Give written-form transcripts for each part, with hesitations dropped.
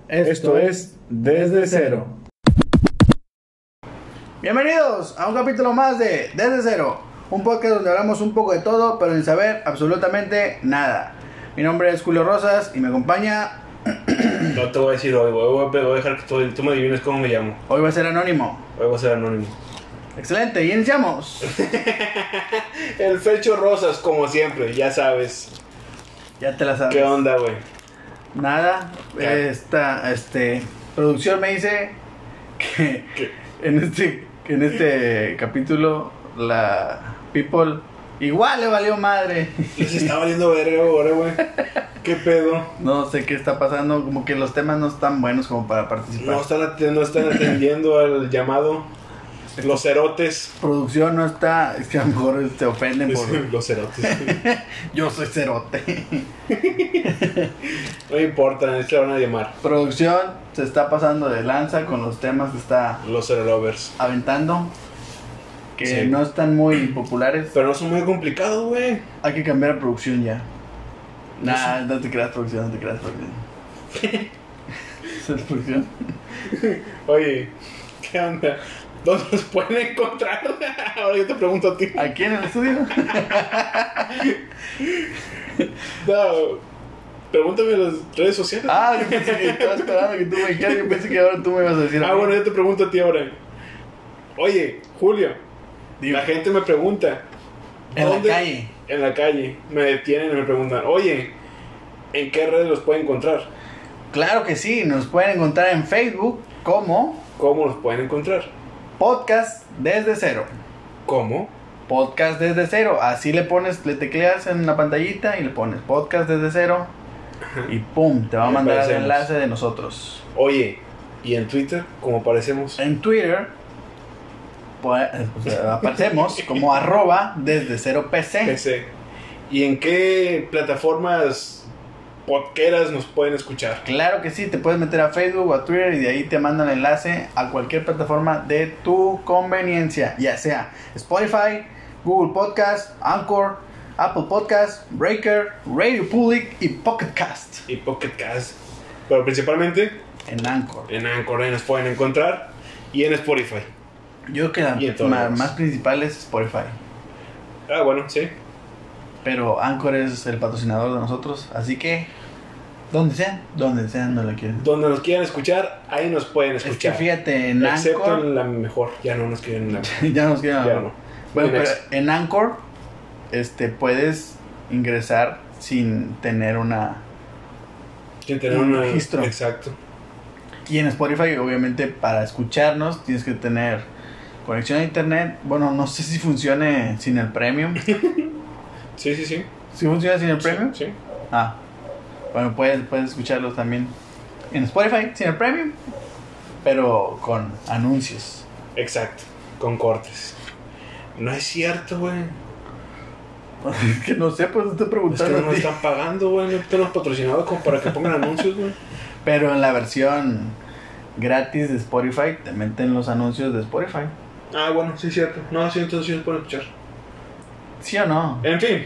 Esto es Desde Cero. Bienvenidos a un capítulo más de Desde Cero, un podcast donde hablamos un poco de todo, pero sin saber absolutamente nada. Mi nombre es Julio Rosas y me acompaña... No te voy a decir hoy, voy a dejar que tú me adivines cómo me llamo. Hoy va a ser anónimo. Hoy va a ser anónimo. Excelente, y iniciamos. El Fecho Rosas, como siempre, ya sabes. Ya te la sabes. ¿Qué onda, güey? Nada, producción me dice que en este capítulo la people igual le valió madre. Les está valiendo verga ahora, güey. ¿Qué pedo? No sé qué está pasando, como que los temas no están buenos como para participar. No están atendiendo al llamado. Los cerotes. Producción no está, es que a lo mejor se ofenden por... Los cerotes. Yo soy cerote. No importa, se van a llamar. Producción se está pasando de lanza con los temas que está Los cerolovers. aventando, que Sí. no están muy populares. Pero no son muy complicados, güey. Hay que cambiar a producción ya. No Nah, no te creas producción, no te creas producción. ¿Es producción? Oye, ¿qué onda? ¿Dónde nos pueden encontrar? Ahora yo te pregunto a ti. ¿Aquí en el estudio? No, pregúntame en las redes sociales. Ah, yo pensé que estaba esperando que tú me dijeras. Yo pensé que ahora tú me ibas a decir. a mí. Bueno, yo te pregunto a ti ahora. Oye, Julio, Dime. la gente me pregunta. En ¿dónde? la calle. En la calle. Me detienen y me preguntan, oye, ¿en qué redes los pueden encontrar? Claro que sí, nos pueden encontrar en Facebook como ¿Cómo los pueden encontrar? Podcast Desde Cero. ¿Cómo? Podcast Desde Cero. Así le tecleas en la pantallita y le pones Podcast Desde Cero. Y pum, te va a Ahí mandar el aparecemos. enlace de nosotros. Oye, ¿y en Twitter cómo aparecemos? En Twitter aparecemos como @desde cero PC. PC. ¿Y en qué plataformas podqueras nos pueden escuchar? Claro que sí, te puedes meter a Facebook o a Twitter y de ahí te mandan el enlace a cualquier plataforma de tu conveniencia, ya sea Spotify, Google Podcast, Anchor, Apple Podcast, Breaker, Radio Public y Pocket Cast. Y Pocket Cast. Pero principalmente En Anchor. en Anchor ahí nos pueden encontrar. Y en Spotify. Yo creo Y que en todos la lados. más principal es Spotify, Ah, bueno, sí. pero Anchor es el patrocinador de nosotros, así que donde sean, no la quieren. Donde nos quieran escuchar, ahí nos pueden Es que escuchar. fíjate, en Excepto Anchor en la mejor. Ya no nos quieren en la ya nos queda. Ya no. Bueno, pero Next. en Anchor puedes ingresar sin tener una. Sin tener Un un registro. Exacto. Y en Spotify, obviamente, para escucharnos tienes que tener conexión a internet. Bueno, no sé si funcione sin el premium. Sí, sí, sí. ¿Sí funciona sin el premium? Sí. Ah, bueno, puedes escucharlos también en Spotify sin el premium, pero con anuncios. Exacto. Con cortes. No es cierto, güey. Es que no sé, pues te estoy Es que preguntando. no nos a ti. están pagando, güey. No tenemos patrocinados como para que pongan anuncios, güey. Pero en la versión gratis de Spotify te meten los anuncios de Spotify. Ah, bueno, sí es cierto. No, sí, entonces sí nos pueden escuchar. ¿Sí o no? En fin.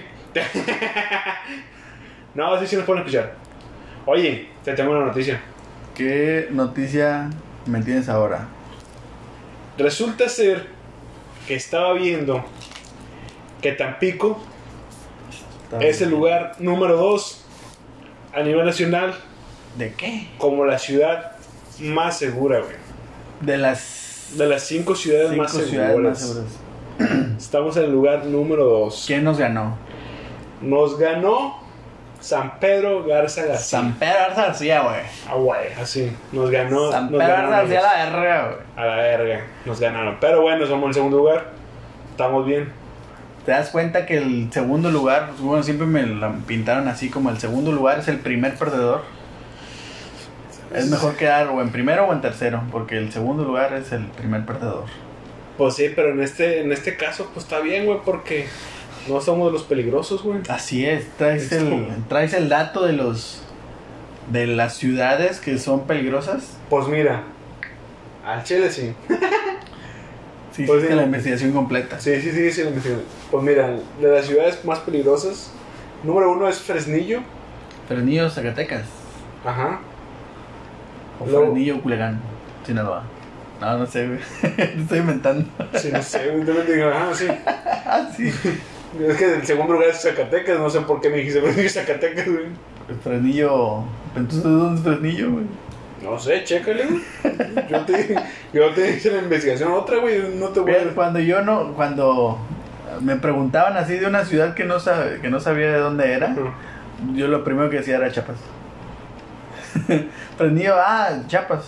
No, sí nos pueden escuchar. Oye, te tengo una noticia. ¿Qué noticia me tienes ahora? Resulta ser que estaba viendo que Tampico es el lugar número 2 a nivel nacional ¿De qué? como la ciudad más segura, güey. De las De las 5 ciudades, 5 más, ciudades seguras. más seguras. Estamos en el lugar número 2. ¿Quién nos ganó? Nos ganó San Pedro Garza García. San Pedro García, güey. Ah, güey, así. Nos ganó. San nos Pedro ganaron García ellos. la verga, güey. A la verga. Nos ganaron. Pero bueno, somos en segundo lugar. Estamos bien. ¿Te das cuenta que el segundo lugar, bueno, siempre me la pintaron así como el segundo lugar es el primer perdedor? Es mejor quedar o en primero o en tercero, porque el segundo lugar es el primer perdedor. Pues sí, pero en este caso, pues está bien, güey, porque no somos de los peligrosos, güey. Así es, traes el dato de las ciudades que son peligrosas. Pues mira, al Chile sí. Sí, Pues hiciste sí. la investigación completa. Sí. Pues mira, de las ciudades más peligrosas, número 1 es Fresnillo. Fresnillo, Zacatecas. Ajá. O Luego- Fresnillo, Culiacán, Sinaloa. No sé, güey. Estoy inventando. Sí, no sé, güey. También te digo, sí. Ah, sí. Es que el segundo lugar es Zacatecas. No sé por qué me dijiste Fresnillo y Zacatecas, güey. Fresnillo. Entonces, ¿dónde es Fresnillo, güey? No sé, chécale, güey. Yo te hice la investigación otra, güey. No te voy a. Pero cuando me preguntaban así de una ciudad que no sabía de dónde era, yo lo primero que decía era Chiapas. Fresnillo, Chiapas.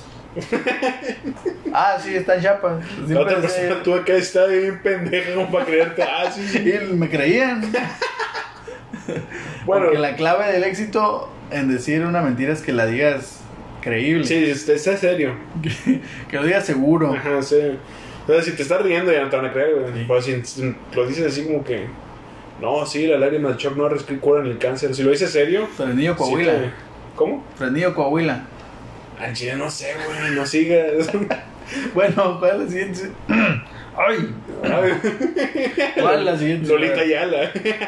Sí, está en Chiapas. La otra Siempre decía- persona tuve que estar bien pendeja como para creerte. Sí. Y me creían. Bueno, Porque la clave del éxito en decir una mentira es que la digas creíble. sí, está serio. Que lo digas seguro. Ajá, sí. Entonces, si te estás riendo, ya no te van a creer, güey. Sí. Pero si lo dices así como que. No, sí, la lágrima de Chuck Norris que curan el cáncer. Si lo dices serio. Fresnillo, sí Coahuila. ¿Cómo? Fresnillo, Coahuila. Al chile no sé, güey. No sigas. Bueno, ¿cuál es la siguiente? ¡Ay! ¿Cuál es la siguiente? Lolita Ayala.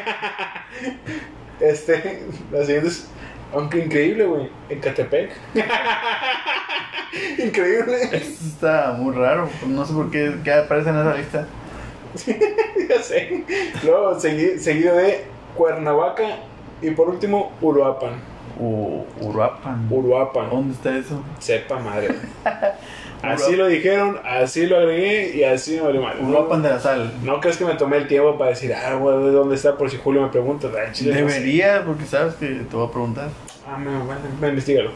La siguiente es. Aunque increíble, güey. Ecatepec. Increíble. Esto está muy raro. No sé por qué aparece en esa lista. Ya sé. Luego, seguido de Cuernavaca. Y por último, Uruapan. Uruapan. Uruapan. ¿Dónde está eso? Sepa madre. Así lo dijeron, así lo agregué y así me valió mal. Uruapan de la Sal. No crees que me tomé el tiempo para decir, güey, ¿de dónde está? Por si Julio me pregunta. Chile, no sé. Debería, porque sabes que te voy a preguntar. Me investigalo.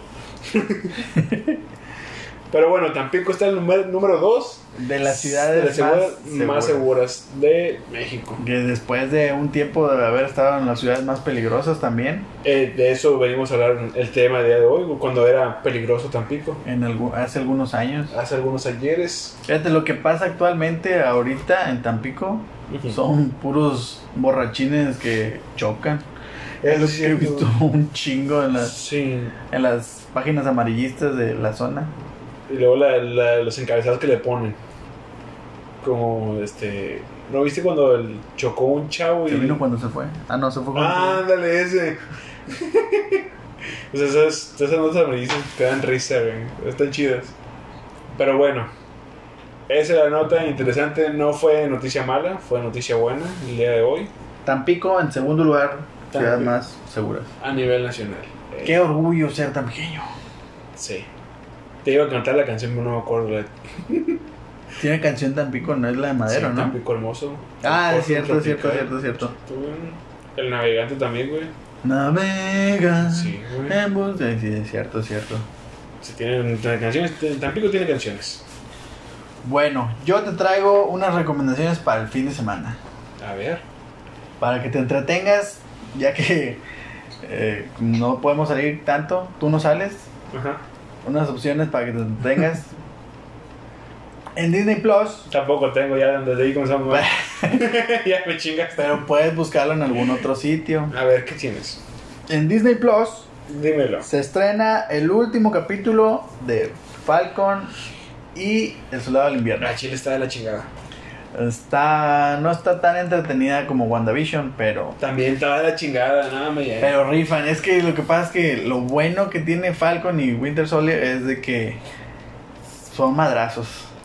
Pero bueno, Tampico está el número 2 De las ciudades más seguras de México. Que después de un tiempo de haber estado en las ciudades más peligrosas también, De eso venimos a hablar en el tema del día de hoy, cuando era peligroso Tampico. hace algunos años. Hace algunos ayeres. Fíjate, lo que pasa actualmente, ahorita en Tampico, son puros borrachines que chocan. Es lo que he visto un chingo Sí. en las páginas amarillistas de la zona. Y luego los encabezados que le ponen. Como ¿no viste cuando chocó un chavo y. ¿Se vino cuando se fue? No, se fue cuando Ándale, ese. Pues esas notas amarillistas te dan risa, güey. Están chidas. Pero bueno. Esa es la nota interesante. No fue noticia mala, fue noticia buena el día de hoy. Tampico en segundo lugar, ciudades Tampico. más seguras. A nivel nacional. Qué orgullo ser tan pequeño. Sí. Te iba a cantar la canción, pero no me acuerdo. Tiene canción Tampico, no es la de Madero, Sí, ¿no? Tampico hermoso. Es cierto. Tú, el navegante también, güey. Navega. Sí, güey. En bus de... Sí, es cierto. Si tienen canciones, Tampico tiene canciones. Bueno, yo te traigo unas recomendaciones para el fin de semana. A ver. Para que te entretengas, ya que no podemos salir tanto. Tú no sales. Ajá. Unas opciones para que te entretengas. En Disney Plus. Tampoco tengo ya desde ahí comenzamos. Ya me chingaste. Pero puedes buscarlo en algún otro sitio. A ver, ¿qué tienes? En Disney Plus Dímelo. se estrena el último capítulo de Falcon y El Soldado del Invierno. La chile está de la chingada. No está tan entretenida como WandaVision, pero También está de la chingada, nada me llega. rifan. Es que lo que pasa es que lo bueno que tiene Falcon y Winter Soldier es de que son madrazos.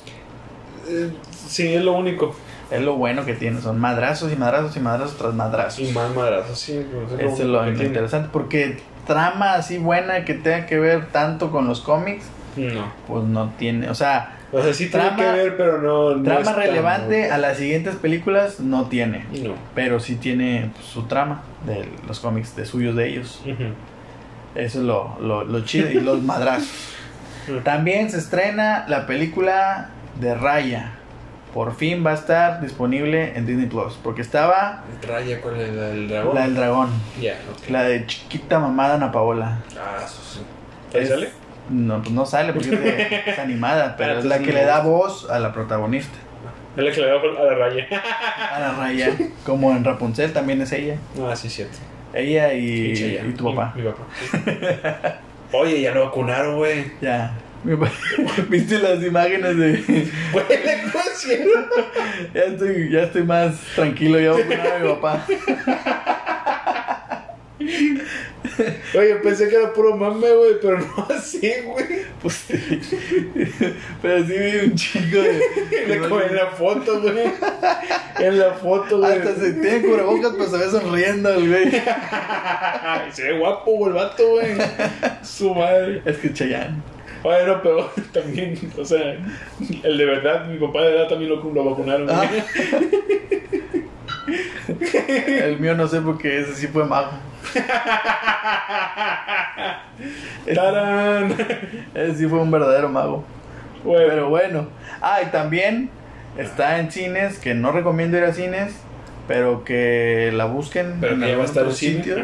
Sí, es lo único. Es lo bueno que tiene, son madrazos y madrazos y madrazos tras madrazos. Y más madrazos, sí. Pues Eso es lo que tiene. interesante, porque trama así buena que tenga que ver tanto con los cómics, No. pues no tiene, o sea, O sea, sí tiene Trama- que ver, pero no. trama es tan- relevante a las siguientes películas no tiene, No. pero sí tiene pues, su trama de los cómics de suyos de ellos. Ujú. Eso es lo chido y los madrazos. También se estrena la película de Raya. Por fin va a estar disponible en Disney Plus, porque estaba Raya, ¿cuál es la del dragón? la del dragón, Ya, ok. la de chiquita mamada Ana Paola. Eso sí. ¿Ahí sale? No, pues no sale porque es animada, pero es la entonces que no. le da voz a la protagonista, Es la que le da a la raya. a la Raya. Como en Rapunzel también es ella. Sí, cierto. Ella Pinche ya. y tu papá. Mi papá. Sí. Oye, ya lo vacunaron, güey. Ya. ¿Viste las imágenes de.? Güey, le pusieron. Ya estoy más tranquilo, ya voy a poner a mi papá. Oye, pensé que era puro mame, güey, pero no así, güey. Pues sí. Pero sí vi un chico de. En la foto, güey. En la foto, güey. Hasta se tiene cubrebocas, pero se ve sonriendo el güey. Se ve guapo, güey, el vato, güey. Su madre. Es que Chayanne. Oye, no, pero también, o sea, el de verdad, mi papá de verdad también lo vacunaron, güey. El mío no sé porque ese sí fue mago. ¡Tarán! Ese sí fue un verdadero mago. Bueno. Pero bueno. Y también está en cines, que no recomiendo ir a cines, pero que la busquen. Pero que ya va a estar otro en cine. sitio.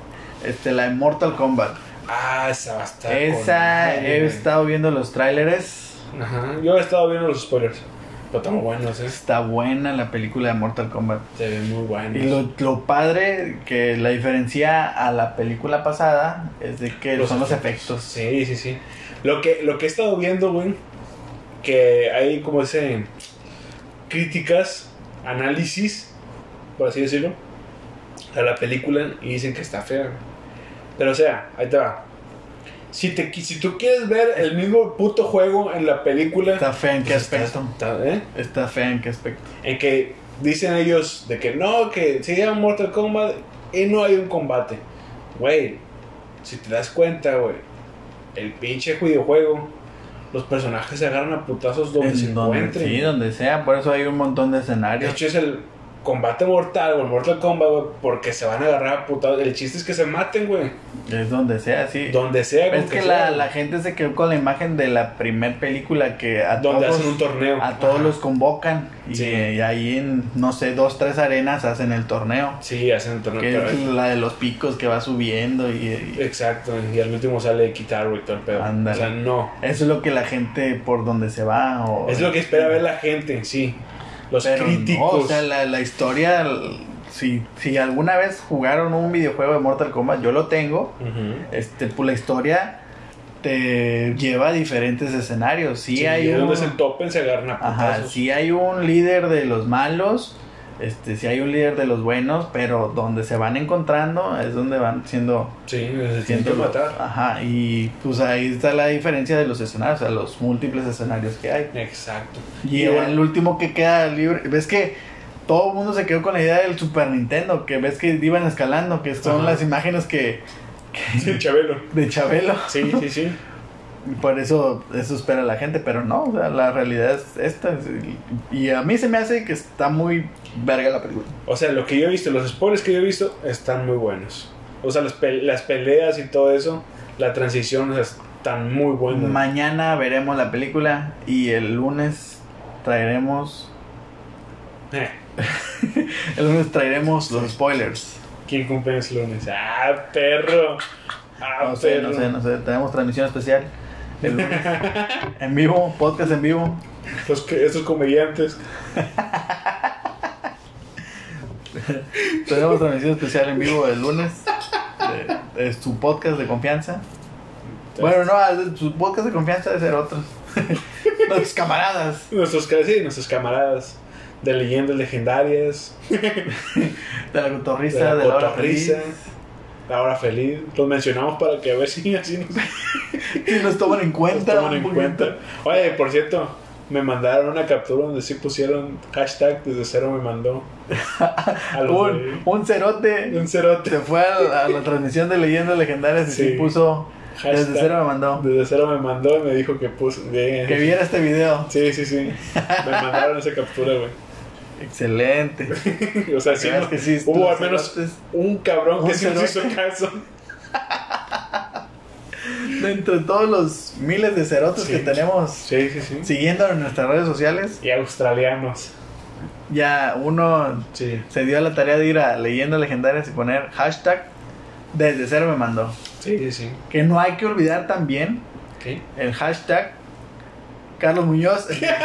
La de Mortal Kombat. Esa va a estar. Esa he estado viendo los tráileres. Ajá. Yo he estado viendo los spoilers. Pero están buenos, Está buena la película de Mortal Kombat. Se ven muy buenos. Y lo padre que la diferencia a la película pasada es de que son los efectos. Sí, sí, sí. Lo que he estado viendo, güey, que hay como ese críticas, análisis, por así decirlo, a la película y dicen que está fea. Pero o sea, ahí te va. Si tú quieres ver el mismo puto juego en la película, ¿Está fea en qué aspecto? ¿eh? Está fea en qué aspecto. En que dicen ellos de que no, que se llama Mortal Kombat y no hay un combate. Güey, si te das cuenta, güey, el pinche videojuego, los personajes se agarran a putazos donde se encuentren. Sí, donde sea, por eso hay un montón de De escenarios. hecho, es el combate mortal o el Mortal Kombat, güey, porque se van a agarrar a putazos. El chiste es que se maten, güey. Es donde sea, sí. Donde sea, Es con que sea, la gente se quedó con la imagen de la primer película que a donde todos, hacen un torneo. a todos Ajá. los convocan y, Sí. y ahí en, no sé, 2-3 arenas hacen el torneo. Sí, hacen el torneo. Que pero- es la de los picos que va subiendo y Exacto, y al último sale Kitaro y todo el pedo. Ándale. O sea, no. eso es lo que la gente por donde se va. Es lo que espera ver la gente, sí. Los Pero críticos. no, o sea, la historia, si alguna vez jugaron un videojuego de Mortal Kombat, yo lo tengo, Ujú. pues la historia te lleva a diferentes escenarios. Sí, Sí, hay es un, donde se topen, se agarran a ajá, putazos. sí hay un líder de los malos, sí hay un líder de los buenos, pero donde se van encontrando es donde van siendo Sí, se tienen que siendo matar. Ajá, y pues ahí está la diferencia de los escenarios, o sea, los múltiples escenarios que hay. Exacto. Y el último que queda libre, ves que todo el mundo se quedó con la idea del Super Nintendo, que ves que iban escalando, que son Ajá. las imágenes Sí, Chabelo. de Chabelo. Sí, sí, sí. Por eso espera la gente, pero no, o sea, la realidad es esta. Y a mí se me hace que está muy verga la película. O sea, lo que yo he visto, los spoilers que yo he visto están muy buenos. O sea, las peleas y todo eso, la transición, o sea, están muy buenas. Mañana veremos la película y el lunes traeremos los spoilers. ¿Quién cumple el lunes? ¡Ah, perro! ¡Ah, No sé, perro! no sé. Tenemos transmisión especial el lunes. En vivo, podcast en vivo. Estos comediantes. Tenemos transmisión especial en vivo el lunes. De su podcast de confianza. Bueno, no, su podcast de confianza debe ser otros. Nuestros camaradas. Nuestros camaradas de leyendas legendarias. De la cotorrisa, de la hora feliz. La hora feliz. Los mencionamos para que a ver si así nos, Y nos toman en cuenta. nos toman en un cuenta. Oye, por cierto, me mandaron una captura donde sí pusieron hashtag desde cero me mandó. A los de- un cerote un cerote. se fue a la transmisión de leyendas legendarias y Sí. sí puso Hashtag desde cero me mandó. Desde cero me mandó y me dijo que puso. Que viera este video. Sí, sí, sí. Me mandaron esa captura, güey. Excelente. O sea, sí, Veas que sí, hubo los al menos cerotes. un cabrón que Un sí nos hizo cerote. caso. De entre todos los miles de cerotes Sí. que tenemos Sí, sí, sí. siguiendo en nuestras redes sociales, Y australianos. ya uno Sí. se dio a la tarea de ir a Leyendas Legendarias y poner hashtag desde cero me mandó. Sí, sí, sí. Que no hay que olvidar también ¿Qué? el hashtag Carlos Muñoz.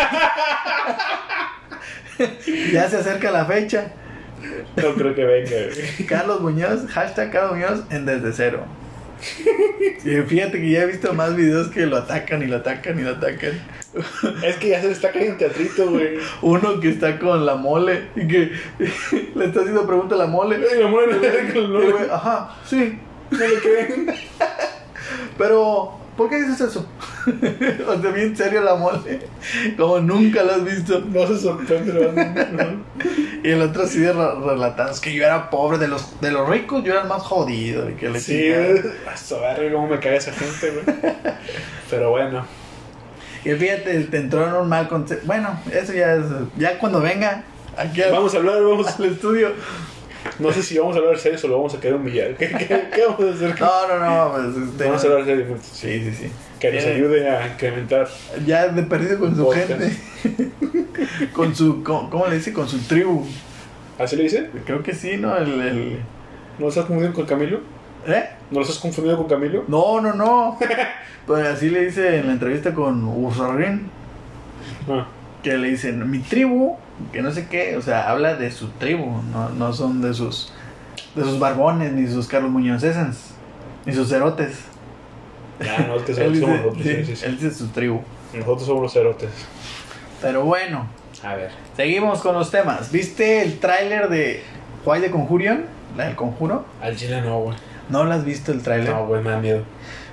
Ya se acerca la fecha. No creo que venga, güey. Carlos Muñoz, hashtag Carlos Muñoz en desde cero. Y fíjate que ya he visto más videos que lo atacan y lo atacan y lo atacan. Es que ya se le está cayendo teatrito, güey. Uno que está con la mole y que le está haciendo pregunta a la mole. Ay, la muerte Y el güey, ajá, sí. no le creen. Pero, ¿por qué dices eso? O sea, bien serio la mole. Como nunca lo has visto. No se sorprende, ¿verdad? Y el otro así de relatando. Es que yo era pobre de los ricos, yo era el más jodido. Y que le Sí, hasta ver cómo me cae esa gente, güey. Pero bueno. Y fíjate, te entró en un mal concepto. Bueno, eso ya es. Ya cuando venga aquí Vamos a hablar, al estudio. No sé si vamos a hablar serio o lo vamos a querer humillar. ¿Qué vamos a hacer? No, pues. Vamos a hablar serio. Sí. Que nos ayude a incrementar. Ya de perdido con su podcast. gente. Con su. ¿Cómo le dice? Con su tribu. ¿Así le dice? Creo que sí, ¿no? El... ¿No lo estás confundiendo con Camilo? ¿Eh? ¿No lo estás confundiendo con Camilo? No. Pues así le dice en la entrevista con Ursarín. Ah. Que le dicen, mi tribu, que no sé qué, o sea, habla de su tribu, no son de sus barbones, ni sus Carlos Muñozesans, ni sus cerotes. Ah, no, es que Él somos dice, nosotros. Sí. Él dice su tribu. Nosotros somos los cerotes. Pero bueno, A ver. seguimos con los temas. ¿Viste el tráiler de Why the Conjurion? La del Conjuro. Al chile no, güey. ¿No lo has visto el tráiler? No, güey, me da miedo.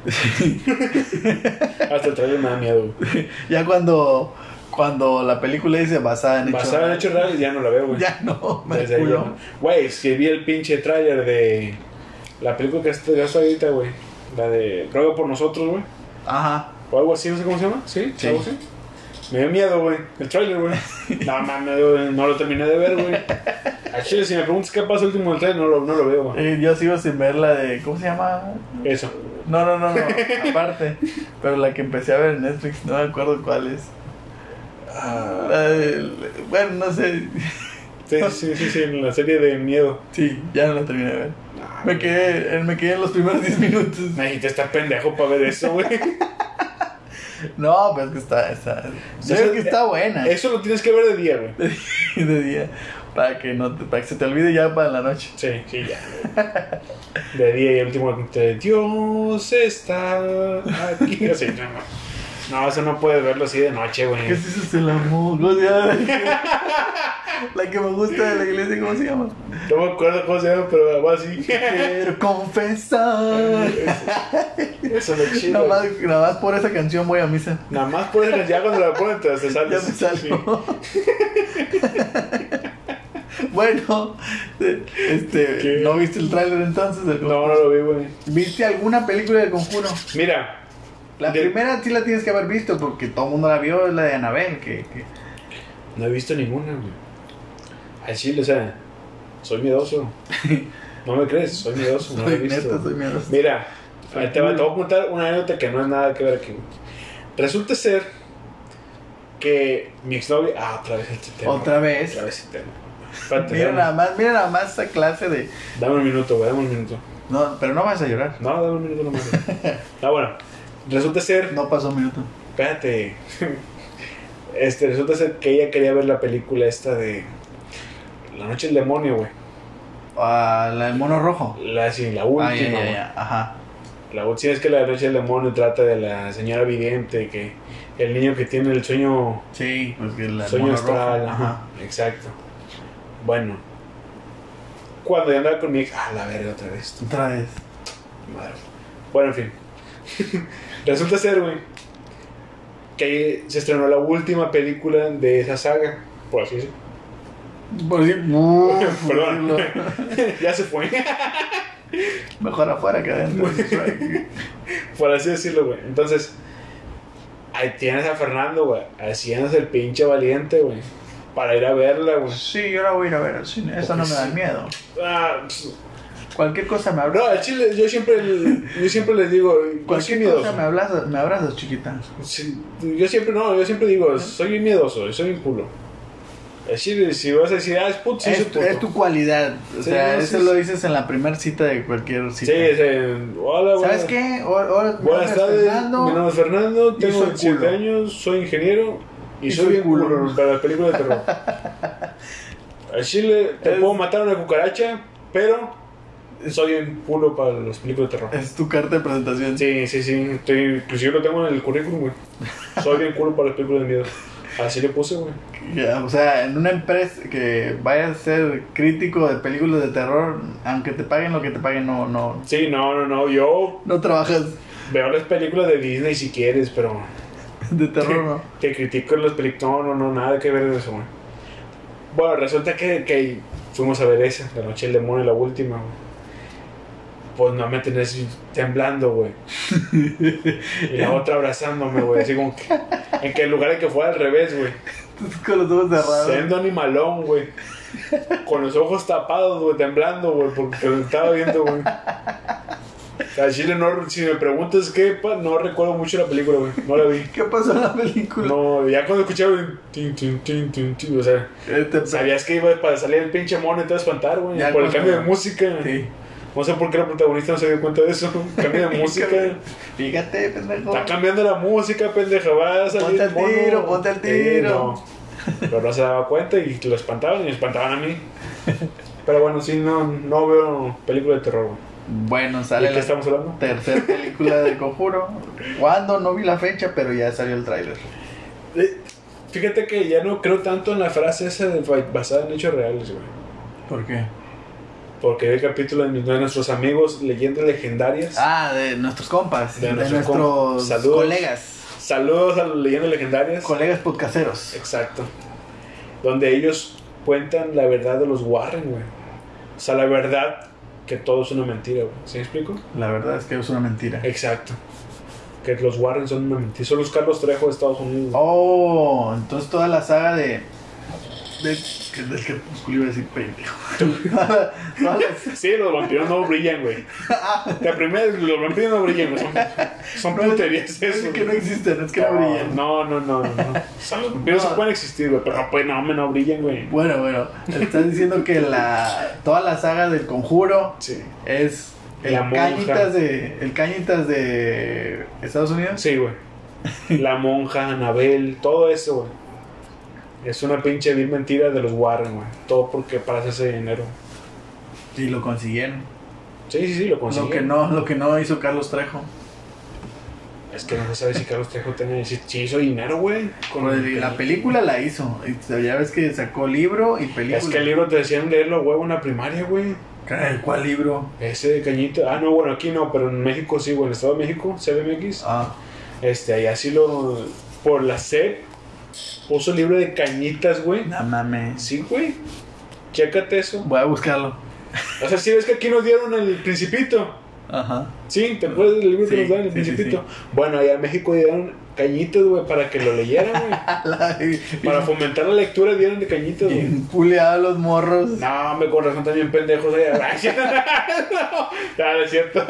Hasta el trailer me da miedo, güey. Ya cuando la película dice basada en hechos Basada en hechos reales ya no la veo, güey. Ya no, me Desde ahí, culo. ¿no? Güey, es que vi el pinche tráiler de la película que está ahorita, güey. La de Ruega por nosotros, güey. Ajá. O algo así, no sé cómo se llama. ¿Sí? Sí. ¿Algo así? Me dio miedo, güey. El tráiler, güey. No, mames, güey, no lo terminé de ver, güey. A chile, si me preguntas qué pasa último del tráiler, no lo veo, güey. Yo sigo sin ver la de... ¿Cómo se llama? Eso. No, aparte. Pero la que empecé a ver en Netflix, no me acuerdo cuál es. Bueno, no sé. Sí, en la serie de miedo. Sí, ya no la terminé de ver. Me quedé en los primeros 10 minutos. Necesito estar pendejo para ver eso, güey. No, pero es que está yo creo que está buena. Eso lo tienes que ver de día, güey. De día. Para que se te olvide ya para la noche. Sí, ya. De día y el último Dios está aquí. Así, no, eso no puedes verlo así de noche, güey. ¿Qué es eso? Es el amor. ¿Cómo se llama? La que me gusta de la iglesia, ¿cómo se llama? No me acuerdo cómo se llama, pero algo así. Quiero confesar. Eso es chido. Nada más por esa canción voy a misa. Nada más por eso, ya cuando la ponen te sales. Ya me salió. Bueno, ¿no viste el tráiler entonces del Conjuro? No lo vi, güey. ¿Viste alguna película del Conjuro? Mira. La primera sí la tienes que haber visto porque todo el mundo la vio, es la de Annabelle, que... No he visto ninguna, güey. Al chile, o sea, soy miedoso. ¿No me crees? Soy miedoso, no lo he visto. Neta, soy miedoso. Mira, te voy a contar una anécdota que no es nada que ver aquí. Resulta ser que mi exnovia... otra vez este tema. ¿Otra vez? Otra vez este tema. Espérate, Mira nada más esa clase de... Dame un minuto, güey, dame un minuto. No, pero no vas a llorar. No, dame un minuto nomás. Bueno, resulta ser... No pasó un minuto. Espérate. Resulta ser que ella quería ver la película esta de La Noche del Demonio, güey. La del mono rojo. La última. Ya. Ajá. La última es que La Noche del Demonio trata de la señora vidente, que el niño que tiene el sueño... Sí, pues que el sueño mono astral. rojo. Ajá. Exacto. Bueno. Cuando yo andaba con mi ex... la verga otra vez. Otra vez. Madre. Bueno, en fin. Resulta ser, güey, que se estrenó la última película de esa saga, por así decirlo. Por decir... Perdón. Ya se fue. Mejor afuera que adentro. Por así decirlo, güey. Entonces, ahí tienes a Fernando, güey, haciéndose el pinche valiente, güey, para ir a verla, güey. Sí, yo la voy a ir a ver al cine. Esa no me da miedo. Pues, Cualquier cosa me habla. no, al chile, yo siempre les digo, Cualquier cosa me abrazas, chiquita. Sí, yo siempre digo, soy bien miedoso, soy un culo. Al chile, si vas a decir, es puto, sí, soy puto. Es tu cualidad. O sea, eso lo dices en la primera cita de cualquier cita. Sí, hola, ¿Sabes qué? Buenas tardes, Fernando, mi nombre es Fernando, y soy tengo 7 culo. años, soy ingeniero y soy soy bien culo. culo para las películas de terror. Al chile te puedo matar una cucaracha, pero soy bien culo para las películas de terror. Es tu carta de presentación. Sí. Inclusive lo tengo en el currículum, güey. Soy bien culo para las películas de miedo. Así le puse, güey. O sea, en una empresa que vaya a ser crítico de películas de terror, aunque te paguen lo que te paguen, no. Sí, no. Yo No trabajas veo las películas de Disney si quieres, pero... de terror, ¿no? Que critico las películas. No, nada que ver de eso, güey. Bueno, resulta que fuimos a ver esa, La Noche del Demonio, la última, güey. Pues no me tenés temblando, güey. Y la otra abrazándome, güey. Así como que... En que en lugar de que fuera al revés, güey. Con los ojos cerrados. Siendo animalón, güey. Con los ojos tapados, güey, temblando, güey, porque lo estaba viendo, güey. O sea, Chile, no, si me preguntas qué, no recuerdo mucho la película, güey. No la vi. ¿Qué pasó en la película? No, ya cuando escuchaba, tin, o sea, sabías que iba para salir el pinche mono y te iba a espantar, güey. Por el cambio de música. Sí. No sé por qué la protagonista no se dio cuenta de eso. Cambio de música. Fíjate, pendejo. Está cambiando la música, pendeja. Va a salir el mono. Ponte al tiro. No. Pero no se daba cuenta y lo espantaban y me espantaban a mí. Pero bueno, sí, no veo películas de terror, güey. Bueno, sale ¿De qué estamos hablando? Tercera película del Conjuro. ¿Cuándo? No vi la fecha, pero ya salió el tráiler. Fíjate que ya no creo tanto en la frase esa de basada en hechos reales, güey. ¿Por qué? Porque hay el capítulo de nuestros amigos Leyendas Legendarias. Ah, de nuestros compas. De nuestros saludos, colegas. Saludos a las Leyendas Legendarias. Colegas podcasteros. Exacto. Donde ellos cuentan la verdad de los Warren, güey. O sea, la verdad que todo es una mentira, güey. ¿Sí me explico? La verdad es que es una mentira. Exacto. Que los Warren son una mentira. Son los Carlos Trejo de Estados Unidos. Oh, entonces toda la saga del crepúsculo iba a decir pendejo. Sí, los vampiros no brillan, güey. La primera es los vampiros no brillan, güey. Son puterías eso. Es que no existen, es que no brillan. No. O sea, los vampiros sí pueden existir, güey, pero pues no brillan, güey. Bueno, estás diciendo que toda la saga del Conjuro sí. Es el Cañitas de Estados Unidos. Sí, güey. La monja, Anabel, todo eso, güey. Es una pinche vil mentira de los Warren, güey. Todo porque para hacerse dinero. Y lo consiguieron. Sí, lo consiguieron. Lo que no hizo Carlos Trejo. Es que no se sabe si Carlos Trejo si hizo dinero, güey. La película la hizo. Ya ves que sacó libro y película. Es que el libro te decían leerlo, huevo, en la primaria, güey. ¿Cuál libro? Ese de Cañita. No, bueno, aquí no, pero en México sí, güey. En el Estado de México, CDMX. Allá sí por la SEP puso el libro de Cañitas, güey. No mames. Sí, güey. Chécate eso. Voy a buscarlo. O sea, si ves que aquí nos dieron el Principito. Ajá. Sí, ¿te acuerdas del libro que nos dan el Principito? Sí. Bueno, allá en México dieron Cañitas, güey, para que lo leyeran, güey. Para fomentar la lectura dieron de Cañitas, güey. Puleado los morros. No, me con razón también pendejos allá. No, es cierto.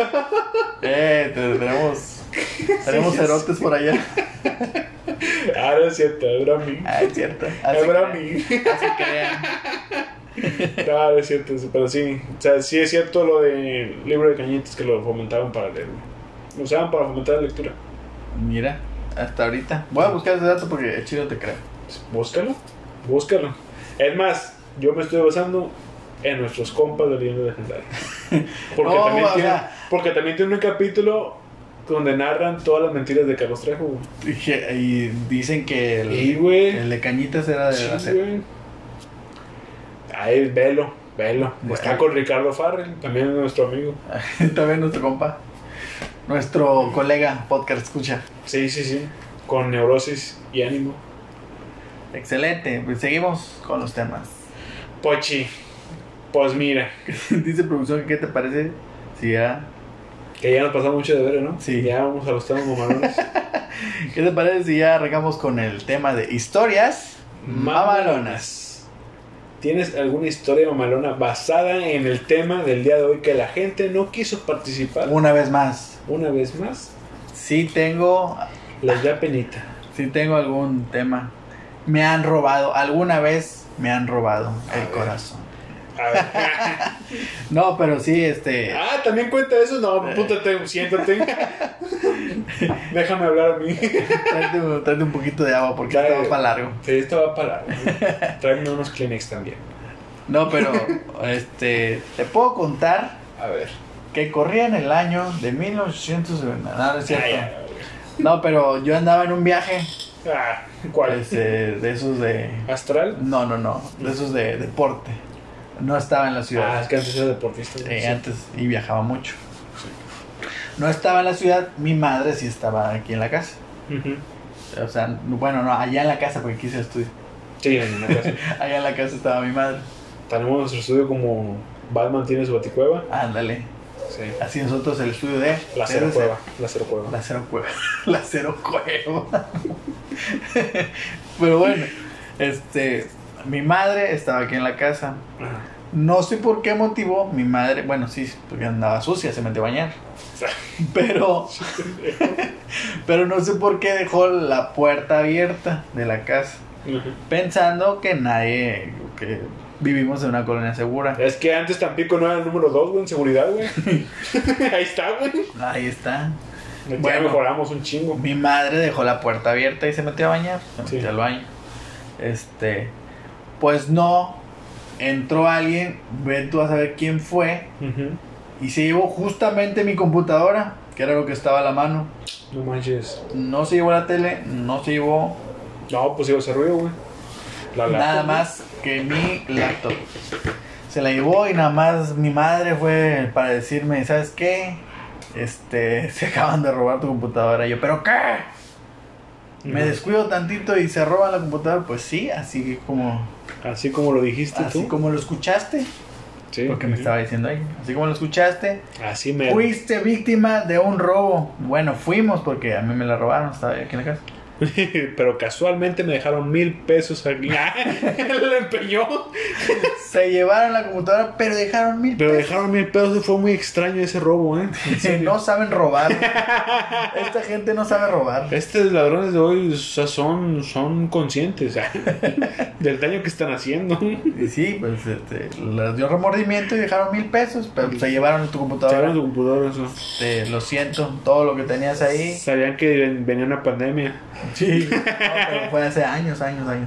Tenemos cerotes por allá. No es cierto, es brami. Es cierto. Es brami. Así crean. No es cierto, pero sí. O sea, sí es cierto lo del libro de Cañitas que lo fomentaban para leer, güey. Lo usaban para fomentar la lectura. Mira, hasta ahorita. Voy a buscar ese dato porque el chido te creo. Búscalo. Es más, yo me estoy basando en nuestros compas de Leyendas Legendarias. Porque también tiene un capítulo donde narran todas las mentiras de Carlos Trejo, güey. Y dicen que el de Cañitas era de la güey. Ahí, velo. Está con Ricardo Farrell, también nuestro amigo. También nuestro compa. Nuestro colega podcast escucha. Sí. Con Neurosis y Ánimo. Excelente. Pues seguimos con los temas. Pochi. Pues mira. Dice producción, ¿qué te parece? Si ya... Que ya nos pasamos mucho de ver, ¿no? Sí. Ya vamos a los temas mamalones. ¿Qué te parece si ya arrancamos con el tema de historias mamalonas? ¿Tienes alguna historia mamalona basada en el tema del día de hoy que la gente no quiso participar? Una vez más. Sí tengo... Les da penita. Sí tengo algún tema. Me han robado. Alguna vez me han robado el corazón. A ver. No, pero sí, ¿también cuenta eso? No, púntate, siéntate. Déjame hablar a mí. Tráete un poquito de agua porque esto va para largo. Sí, esto va para largo. Tráeme unos Kleenex también. No, pero te puedo contar. A ver. Que corría en el año de 1890. No, no es cierto. No, pero yo andaba en un viaje Ah, ¿cuál? De esos de... ¿Astral? No, de esos de deporte. No estaba en la ciudad. Ah, es que antes era deportista. Sí. Antes, y viajaba mucho. No estaba en la ciudad, mi madre sí estaba aquí en la casa. Uh-huh. O sea, bueno, no, allá en la casa, porque quise estudiar. Sí, en la casa. Allá en la casa estaba mi madre. Tenemos nuestro estudio como Batman tiene su baticueva. Ándale. Sí. Así nosotros el estudio de... La cero cueva. La cero cueva. La cero cueva. La cero cueva. Pero bueno, mi madre estaba aquí en la casa. Ajá. No sé por qué motivo mi madre, bueno, sí, porque andaba sucia, se metió a bañar. Pero no sé por qué dejó la puerta abierta de la casa, pensando que que vivimos en una colonia segura. Es que antes Tampico no era el número 2, güey, en seguridad, güey. Ahí está, güey. Ahí está. Ya Bueno, mejoramos un chingo. Mi madre dejó la puerta abierta y se metió a bañar. Se metió al baño. Pues no. Entró alguien, ve tú a saber quién fue. Uh-huh. Y se llevó justamente mi computadora, que era lo que estaba a la mano. No manches. No se llevó la tele, no se llevó No, pues iba a hacer ruido, güey. nada más que mi laptop. Se la llevó y nada más mi madre fue para decirme, ¿sabes qué? Se acaban de robar tu computadora. Y yo, ¿pero qué? Me descuido tantito y se roban la computadora. Pues sí, así como lo dijiste tú. Así como lo escuchaste. Sí. Porque me estaba diciendo ahí. Así como lo escuchaste. Así me. Fuiste víctima de un robo. Bueno, fuimos porque a mí me la robaron. Estaba aquí en la casa. Pero casualmente me dejaron $1,000 aquí. Lo empeñó. Se llevaron la computadora, pero dejaron $1,000. Pero dejaron $1,000. Fue muy extraño ese robo, ¿eh? No saben robar. Esta gente no sabe robar. Estos ladrones de hoy, o sea, son conscientes del daño que están haciendo. Y sí, pues les dio remordimiento y dejaron $1,000, pero se llevaron tu computadora. Se llevaron tu computadora, eso. Lo siento, todo lo que tenías ahí. Sabían que venía una pandemia. Sí, no, pero fue hace años.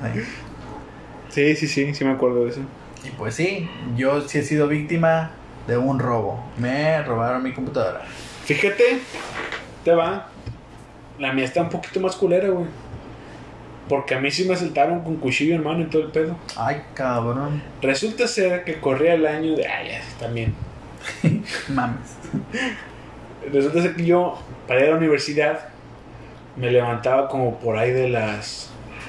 Sí me acuerdo de eso. Y pues sí, yo sí he sido víctima de un robo. Me robaron mi computadora. Fíjate, te va. La mía está un poquito más culera, güey. Porque a mí sí me asaltaron con cuchillo en mano y todo el pedo. Ay, cabrón. Resulta ser que corría el año de... Ay, también. Mames. Resulta ser que yo, para ir a la universidad, me levantaba como por ahí de las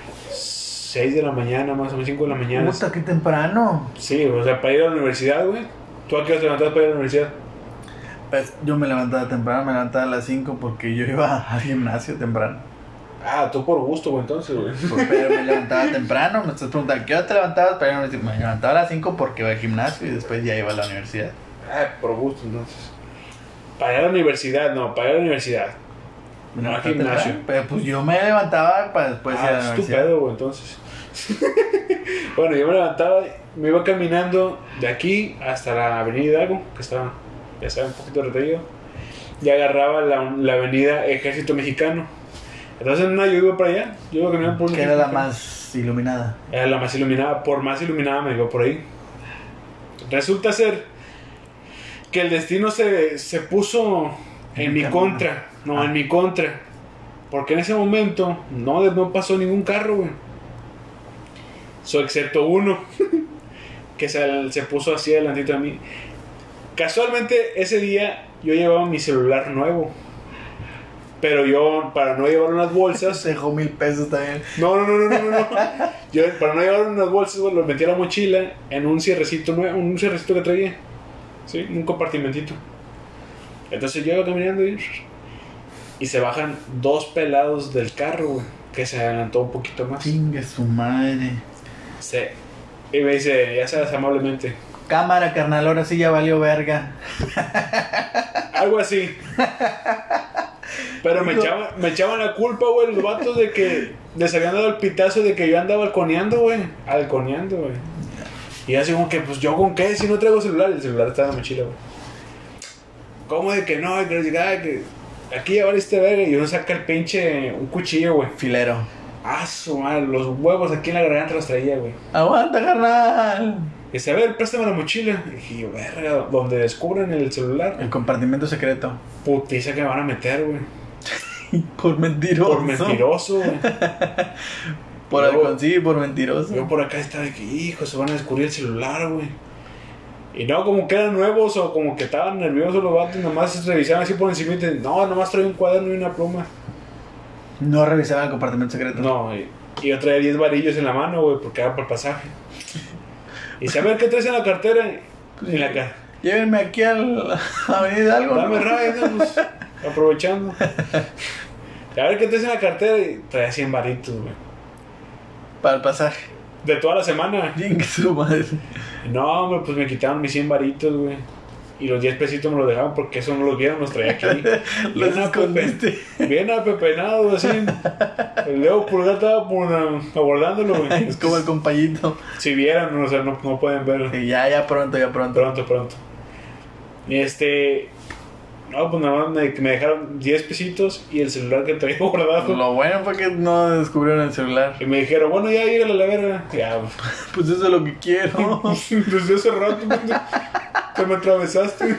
6 de la mañana, más o menos 5 de la mañana. Puta, qué temprano. Sí, o sea, para ir a la universidad, güey. ¿Tú a qué hora te levantabas para ir a la universidad? Pues yo me levantaba temprano, me levantaba a las 5 porque yo iba al gimnasio temprano. Ah, tú por gusto, güey, entonces, güey. Pero me levantaba temprano, me estás preguntando, ¿qué hora te levantabas para ir a la universidad? Me levantaba a las 5 porque iba al gimnasio y después ya iba a la universidad. Ah, por gusto, entonces. Para ir a la universidad, no, para ir a la universidad. No al gimnasio. Pero pues yo me levantaba para después ir a la universidad. Estupendo, güey, entonces. Bueno, yo me levantaba, me iba caminando de aquí hasta la avenida Hidalgo, que estaba, ya saben, un poquito retraído. Y agarraba la avenida Ejército Mexicano. Entonces, no, yo iba para allá. Yo iba caminando por que era la más iluminada. Era la más iluminada. Por más iluminada me iba por ahí. Resulta ser que el destino se puso en mi contra. No, en mi contra. Porque en ese momento no pasó ningún carro, güey. Excepto uno. Que se puso así adelantito a mí. Casualmente ese día yo llevaba mi celular nuevo. Pero yo, para no llevar unas bolsas... Dejó $1,000 también. No. Yo, para no llevar unas bolsas, lo metí a la mochila en un cierrecito nuevo, un cierrecito que traía. Sí, un compartimentito. Entonces yo iba caminando y se bajan dos pelados del carro, güey, que se adelantó un poquito más. Chingue su madre. Sí. Y me dice, ya sabes, amablemente, cámara, carnal, ahora sí ya valió verga. algo así. Pero me echaban la culpa, güey, los vatos de que les habían dado el pitazo de que yo andaba halconeando, güey. Y así como que, pues, ¿yo con qué? Si no traigo celular. El celular está en la mochila, güey. ¿Cómo de que no? Que aquí llevar este verga. Y uno saca el pinche, un cuchillo, güey. Filero. Ah, su madre, los huevos aquí en la garganta los traía, güey. Aguanta, carnal. Y dice, a ver, préstame la mochila. Y dije yo, verga, donde descubren el celular. El compartimento secreto. Putiza que me van a meter, güey. Por mentiroso. Por mentiroso, güey. Por Luego- halcón, sí, por mentiroso. Yo por acá estaba de que, hijo, se van a descubrir el celular, güey. Y no, como que eran nuevos o como que estaban nerviosos los vatos, nomás revisaban así por encima y te, no, nomás traía un cuaderno y una pluma. No revisaban el compartimento secreto. No, y yo traía 10 varillos en la mano, güey, porque era por el pasaje. Y dice, a ver, ¿qué traes en la cartera? En la cara. Llévenme aquí a la avenida algo. Dame ¿no? rayos, ¿no? Pues, aprovechando. A ver, ¿qué traes en la cartera? Y traía 100 varitos, güey. Para el pasaje. De toda la semana. Bien que su madre. No, hombre, pues me quitaron mis 100 varitos, güey. Y los 10 pesitos me los dejaban porque eso no los vieron, los traía aquí. Los escondiste. Bien apepenado, así. El dedo pulgar estaba abordándolo, güey. Es como el compayito. Si vieran, o sea, no pueden verlo. Sí, ya pronto. Pronto. Y no, pues nada más me dejaron 10 pesitos y el celular que traía guardado. Lo bueno fue que no descubrieron el celular. Y me dijeron, bueno, ya írale a la verga. Ya, Pues eso es lo que quiero. desde hace rato, te me atravesaste.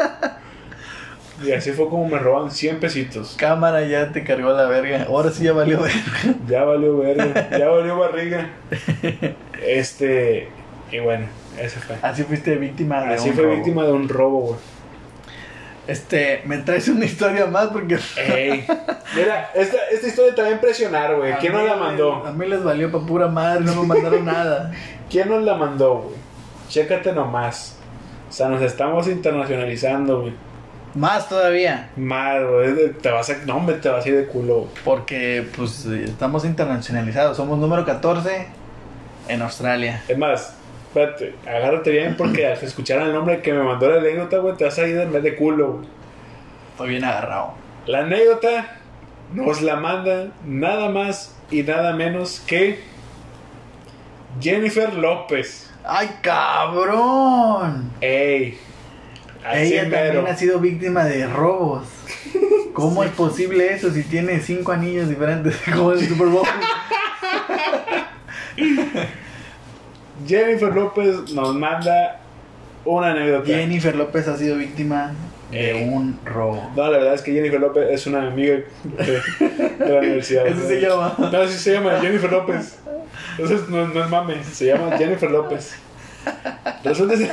Y así fue como me roban 100 pesitos. Cámara ya te cargó la verga. Ahora sí ya valió verga. Ya valió verga, ya valió barriga. Y bueno, ese fue. Así fuiste víctima de Así un fue robo. víctima de un robo, güey. Me traes una historia más porque... Ey, mira, esta historia te va a impresionar, güey. ¿Quién nos la A mandó? mí les valió pa' pura madre, no me mandaron nada. ¿Quién nos la mandó, güey? Chécate nomás. O sea, nos estamos internacionalizando, güey. Más todavía. Mal, güey. Te vas a ir de culo, güey. Porque pues estamos internacionalizados. Somos número 14 en Australia. Es más, espérate, agárrate bien porque al escuchar el nombre que me mandó la anécdota, güey, te vas a ir de culo, güey. Estoy bien agarrado. La anécdota nos la manda nada más y nada menos que Jennifer López. ¡Ay, cabrón! Ey, así Ella mero. también ha sido víctima de robos. ¿Cómo es posible eso si tiene 5 anillos diferentes como el Super Bowl? Jennifer López nos manda una anécdota. Jennifer López ha sido víctima de un robo. No, la verdad es que Jennifer López es una amiga de la universidad. Eso se llama. No, así se llama Jennifer López. Entonces no es mame, se llama Jennifer López. Resulta ser...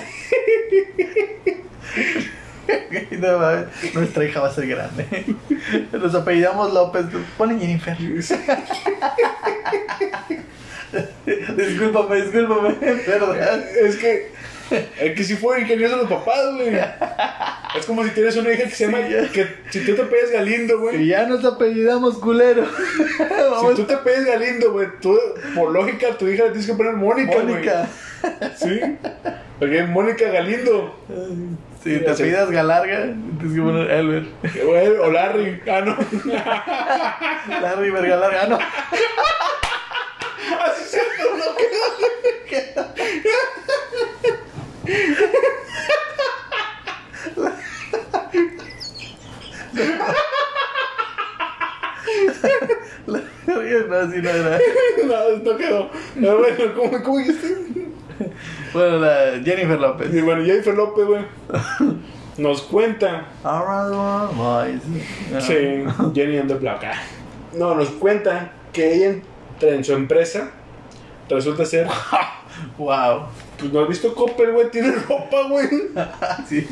No, mames, nuestra hija va a ser grande. Nos apellidamos López. Ponle Jennifer. Discúlpame, ¿verdad? Es que si fueron ingeniosos los papás, güey. Es como si tienes una hija que se llama... Sí, ya. Que si tú te pedes Galindo, güey. Y ya nos apellidamos culero. Si tú te pedes Galindo, güey, tú, por lógica, a tu hija le tienes que poner Mónica, güey. Mónica. Sí. Porque es Mónica Galindo. Si te Sí. pidas Galarga, tienes que poner Elber. Güey, o Larry. Ah, no. Larry Vergalarga. Ah, no. Así se No, así no era. no quedó. Pero bueno, ¿cómo dijiste? Bueno, la Jennifer López. Y bueno, Jennifer López, güey, nos cuenta. Sí, Jenny and the Block. No, nos cuenta que ella entra en su empresa. Resulta ser. Wow. Pues no has visto Coppel, güey, tiene ropa, güey. Sí.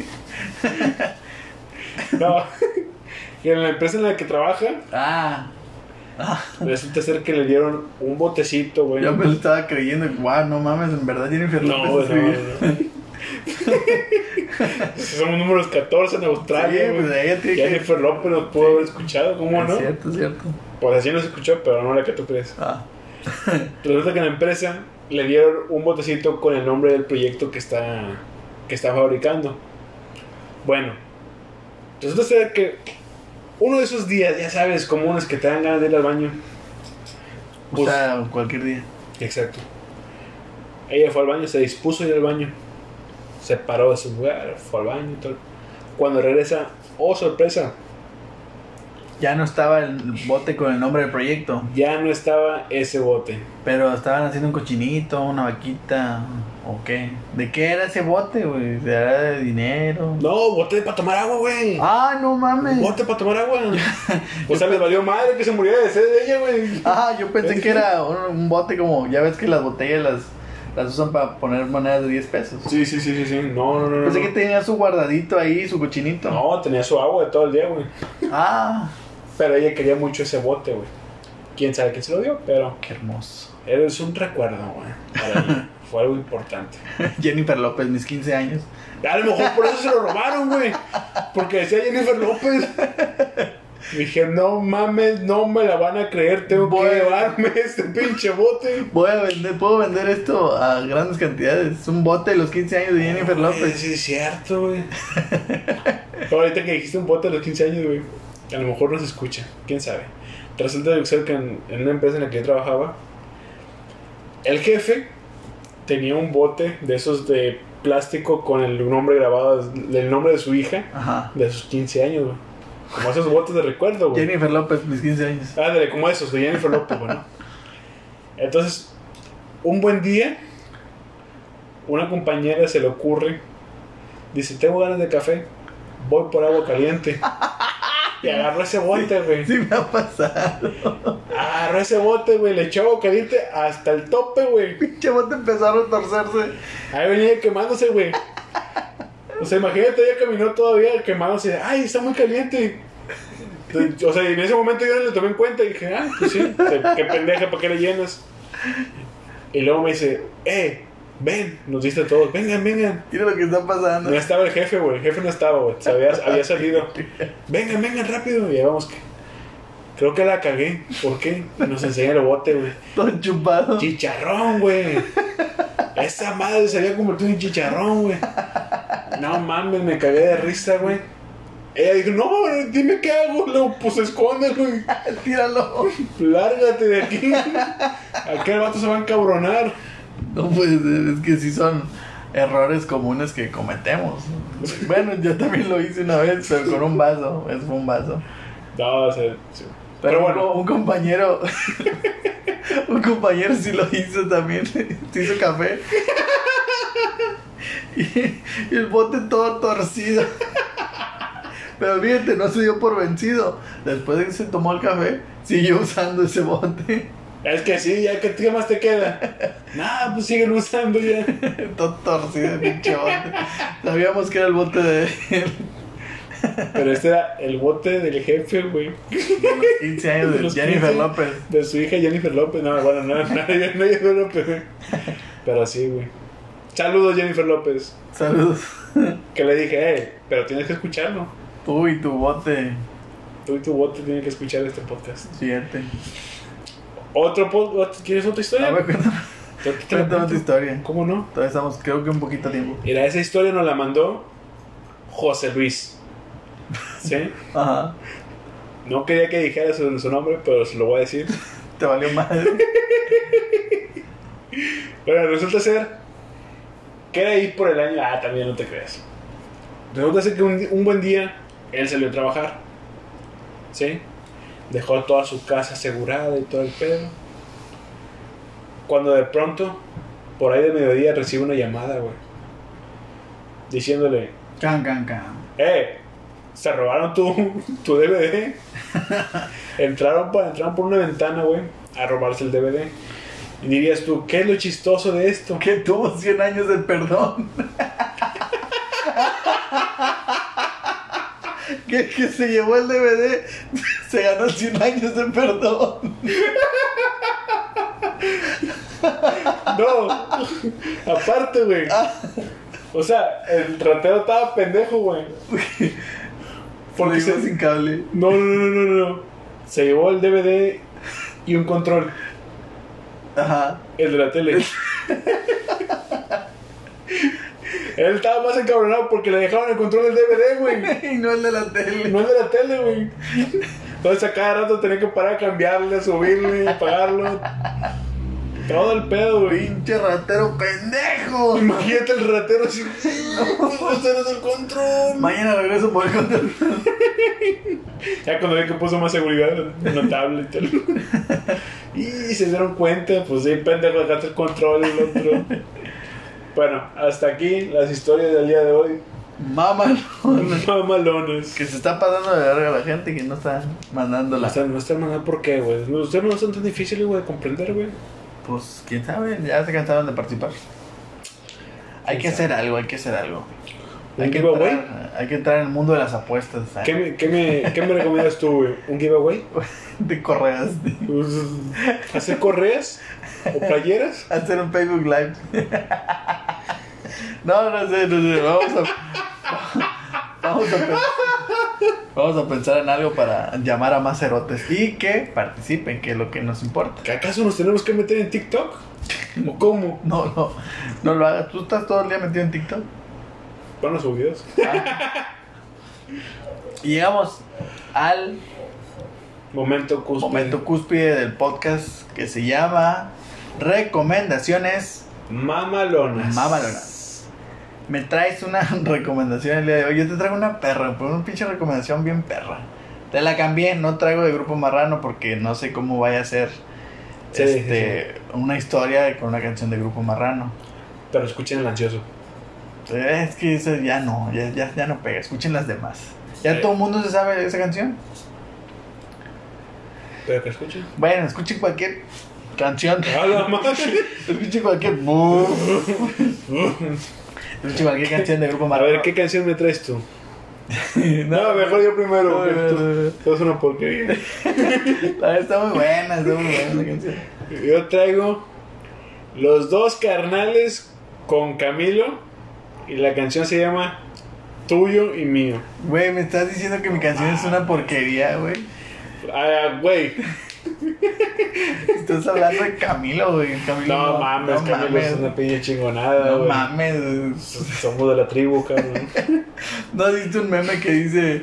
No. Y en la empresa en la que trabaja, Ah. resulta ser que le dieron un botecito, güey. Yo me lo estaba creyendo. Wow, no mames, en verdad Jennifer No, López. no, escribió. no. Somos números 14 en Australia, Sí, güey. pues ella tiene que- Jennifer López nos pudo haber escuchado, ¿cómo no? Es cierto, es cierto. Pues así nos escuchó, pero no la que tú crees. Ah. Resulta que en la empresa le dieron un botecito con el nombre del proyecto que está fabricando. Bueno, resulta ser que uno de esos días, ya sabes, comunes que te dan ganas de ir al baño. O Pues, sea, cualquier día. exacto. Ella fue al baño, se dispuso a ir al baño. Se paró de su lugar, fue al baño y todo. Cuando regresa, oh sorpresa, Ya no estaba el bote con el nombre del proyecto. Ya no estaba ese bote. Pero estaban haciendo un cochinito, una vaquita, ¿o qué? ¿De qué era ese bote, güey? ¿Era de dinero? No, bote para tomar agua, güey. Ah, no mames. Bote para tomar agua. O sea, les valió madre que se muriera de sed de ella, güey. Ah, yo pensé que era un bote como, ya ves que las botellas las usan para poner monedas de 10 pesos. Sí. No. Pensé que tenía su guardadito ahí, su cochinito. No, tenía su agua de todo el día, güey. Ah, Pero ella quería mucho ese bote, güey. Quién sabe quién se lo dio, pero qué hermoso. es un recuerdo, güey. Para ella. Fue algo importante. Jennifer López, mis 15 años. A lo mejor por eso se lo robaron, güey. Porque decía Jennifer López. Dije, no mames, no me la van a creer. Tengo que llevarme este pinche bote. Puedo vender esto a grandes cantidades. Es un bote de los 15 años de Jennifer López. Sí, es cierto, güey. Ahorita que dijiste un bote de los 15 años, güey. A lo mejor no se escucha, quién sabe. Resulta que en una empresa en la que yo trabajaba, el jefe tenía un bote de esos de plástico con el nombre grabado del nombre de su hija. Ajá. De sus 15 años, güey. Como esos botes de recuerdo, güey. Jennifer López, mis 15 años. Ándale, como esos de Jennifer López, güey, ¿no? Entonces, un buen día, una compañera se le ocurre, dice, tengo ganas de café, voy por agua caliente. Y agarró ese bote, güey. Sí me ha pasado. Agarró ese bote, güey. Le echó agua caliente hasta el tope, güey. Pinche bote empezó a retorcerse. Ahí venía quemándose, güey. O sea, imagínate, ella caminó todavía quemándose. Ay, está muy caliente. O sea, en ese momento yo no le tomé en cuenta y dije, ah, pues sí, qué pendeja, ¿para qué le llenas? Y luego me dice, ven, nos diste a todos, vengan. Mira lo que está pasando. No estaba el jefe, güey. El jefe no estaba, güey. Había salido. Vengan, rápido. Y ahí vamos que. Creo que la cagué. ¿Por qué? Nos enseña el bote, güey. Todo chupado. Chicharrón, güey. Esa madre se había convertido en chicharrón, güey. No mames, me cagué de risa, güey. Ella dijo, no, dime qué hago. Luego, pues escóndelo, güey. Tíralo. Lárgate de aquí. Aquel vato se va a encabronar. No puede ser, es que sí son errores comunes que cometemos. Bueno, yo también lo hice una vez, pero con un vaso. Eso fue un vaso. No, o sea, sí. Pero bueno, un compañero sí lo hizo también. Se hizo café. Y el bote todo torcido. Pero fíjate, no se dio por vencido. Después de que se tomó el café, siguió usando ese bote. Es que sí, ya que ¿qué más te queda? Nah, pues siguen usando ya. Todo torcido el pinche bote. Sabíamos que era el bote de él. Pero este era el bote del jefe, güey. De los 15 años de Jennifer 15, López. De su hija Jennifer López. No, bueno, no Jennifer López, güey. Pero sí, güey. Saludos, Jennifer López. Saludos. Que le dije, pero tienes que escucharlo. Tú y tu bote. Tú y tu bote tienen que escuchar este podcast. Siguiente. ¿Quieres otra historia? A ver, cuéntame tu historia. ¿Cómo no? Todavía estamos, creo que un poquito a tiempo. Mira, esa historia nos la mandó José Luis. ¿Sí? Ajá. No quería que dijera su nombre, pero se lo voy a decir. Te valió madre. Bueno, resulta ser que era ahí por el año. Ah, también no te creas. Resulta ser que un buen día él salió a trabajar. ¿Sí? Dejó toda su casa asegurada y todo el pedo. Cuando de pronto, por ahí de mediodía, recibe una llamada, güey. Diciéndole: Can. se robaron tu DVD. entraron por una ventana, güey, a robarse el DVD. Y dirías tú, ¿qué es lo chistoso de esto? Que tuvo 100 años de perdón. que se llevó el DVD, se ganó 100 años de perdón. No, aparte, güey. O sea, el ratero estaba pendejo, güey. Porque se sin cable. No. Se llevó el DVD y un control. Ajá. El de la tele. Él estaba más encabronado porque le dejaron el control del DVD, güey. Y no el de la tele. No el de la tele, güey. Entonces a cada rato tenía que parar a cambiarle, a subirle, apagarlo. Todo el pedo, güey. Pinche ratero pendejo. Imagínate el ratero así. No, este es el control. Mañana regreso por el control. Ya cuando vi que puso más seguridad en la tablet y se dieron cuenta, pues sí, pendejo, dejaste el control y el otro. Bueno, hasta aquí las historias del día de hoy. Mamalones. Que se está pasando de verga la gente que no está mandándola. No están mandando, ¿por qué, güey? Ustedes no son tan difíciles, güey, de comprender, güey. Pues quién sabe, ya se cansaron de participar. Hay que hacer algo, hay que hacer algo. Hay que entrar en el mundo de las apuestas. ¿Sabes? ¿Qué me recomiendas tú, güey? ¿Un giveaway? De correas. ¿Hacer correas? ¿O playeras? Hacer un Facebook Live. No sé. Vamos a pensar en algo para llamar a más cerotes y que participen, que es lo que nos importa. ¿Que acaso nos tenemos que meter en TikTok? ¿O cómo? No lo hagas. ¿Tú estás todo el día metido en TikTok? Bueno, sus videos. Y llegamos al momento cúspide del podcast que se llama Recomendaciones Mamalonas. Me traes una recomendación el día de hoy. Yo te traigo una perra, pero una pinche recomendación bien perra. Te la cambié, no traigo de Grupo Marrano porque no sé cómo vaya a ser una historia con una canción de Grupo Marrano. Pero escuchen el ansioso. Es que eso ya no pega. Escuchen las demás. Ya todo el mundo se sabe esa canción. Pero que escuchen. Bueno, escuchen cualquier canción. ¡A la madre! Escuchen cualquier canción de Grupo Marrano. A ver, ¿qué canción me traes tú? No, mejor yo primero. Todo es una porquería. Está muy buena la canción. Yo traigo Los Dos Carnales con Camilo. Y la canción se llama Tuyo y Mío. Güey, me estás diciendo que mi canción es una porquería, güey. Güey. Estás hablando de Camilo, güey. No mames, Camilo es una pilla chingonada, No güey. mames. Somos de la tribu, cabrón. ¿No has visto un meme que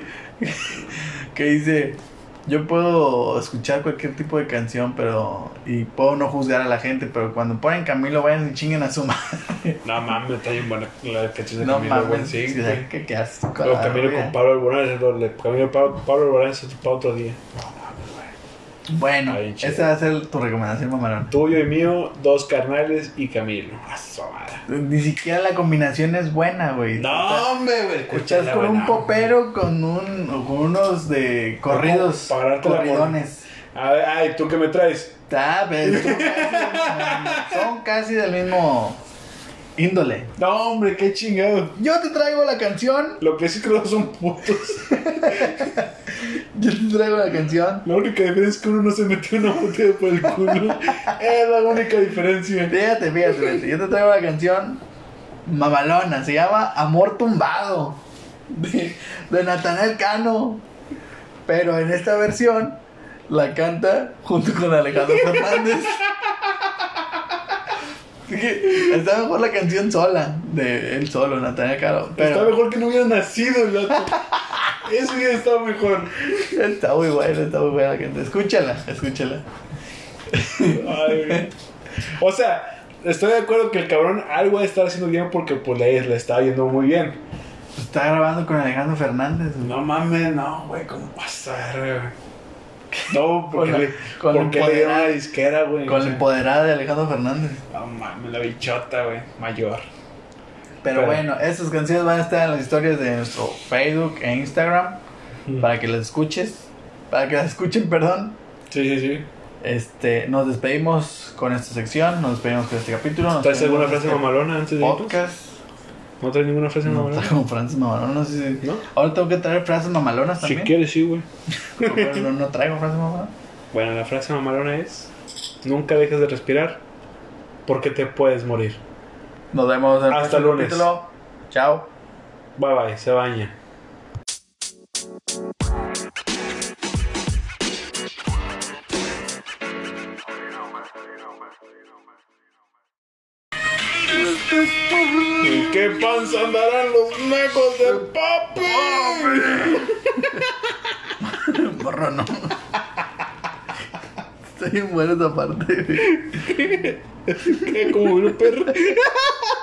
dice yo puedo escuchar cualquier tipo de canción, y puedo no juzgar a la gente, pero cuando ponen Camilo vayan y chinguen a su madre? No mames, está bien buena la canción de No Camilo, mames, güey. Sí, güey. ¿Qué haces? Camilo con Pablo Alborán, Pablo Alborán es para otro día. Bueno, esa va a ser tu recomendación, mamalón. Tuyo y Mío, Dos Carnales y Camilo. Ni siquiera la combinación es buena, güey. No, hombre, güey. Escuchas con un popero, con unos de corridos, corridones. A ver, ¿tú qué me traes? Son casi del mismo índole. No, hombre, qué chingado. Yo te traigo la canción. Lo que sí creo son putos. Yo te traigo la canción. La única diferencia es que uno no se metió una botella por el culo. Es la única diferencia. Fíjate. Yo te traigo la canción mamalona. Se llama Amor Tumbado. De Natanael Cano. Pero en esta versión la canta junto con Alejandro Fernández. Está mejor la canción sola. De él solo, Natanael Cano. Está mejor que no hubiera nacido el dato. Eso hubiera estado mejor. Está muy buena la canción. Escúchala. Ay, o sea, estoy de acuerdo que el cabrón algo va a estar haciendo bien porque pues le está yendo muy bien. Está grabando con Alejandro Fernández. No mames, no, güey, ¿cómo pasa, güey? No, porque le dieron la disquera, güey. Con la empoderada de Alejandro Fernández. No mames, la bichota, güey, mayor. Pero bueno, estas canciones van a estar en las historias de nuestro Facebook e Instagram. Para que las escuches. Para que las escuchen, perdón. Sí. Nos despedimos con esta sección. Nos despedimos con este capítulo. ¿Traes alguna frase mamalona antes de podcast? ¿No traes ninguna frase mamalona? No traigo frases mamalonas, no sé si... ¿No? Ahora tengo que traer frases mamalonas también. Si quieres, sí, güey. Pero no traigo frases mamalonas. Bueno, la frase mamalona es: nunca dejes de respirar porque te puedes morir. Nos vemos en el hasta el lunes. Capítulo. Chao. Bye, se baña. ¿En qué panza andarán los mecos de papi? Porro, no. Está bien buena esa parte. ¿Qué? ¿Como un perro?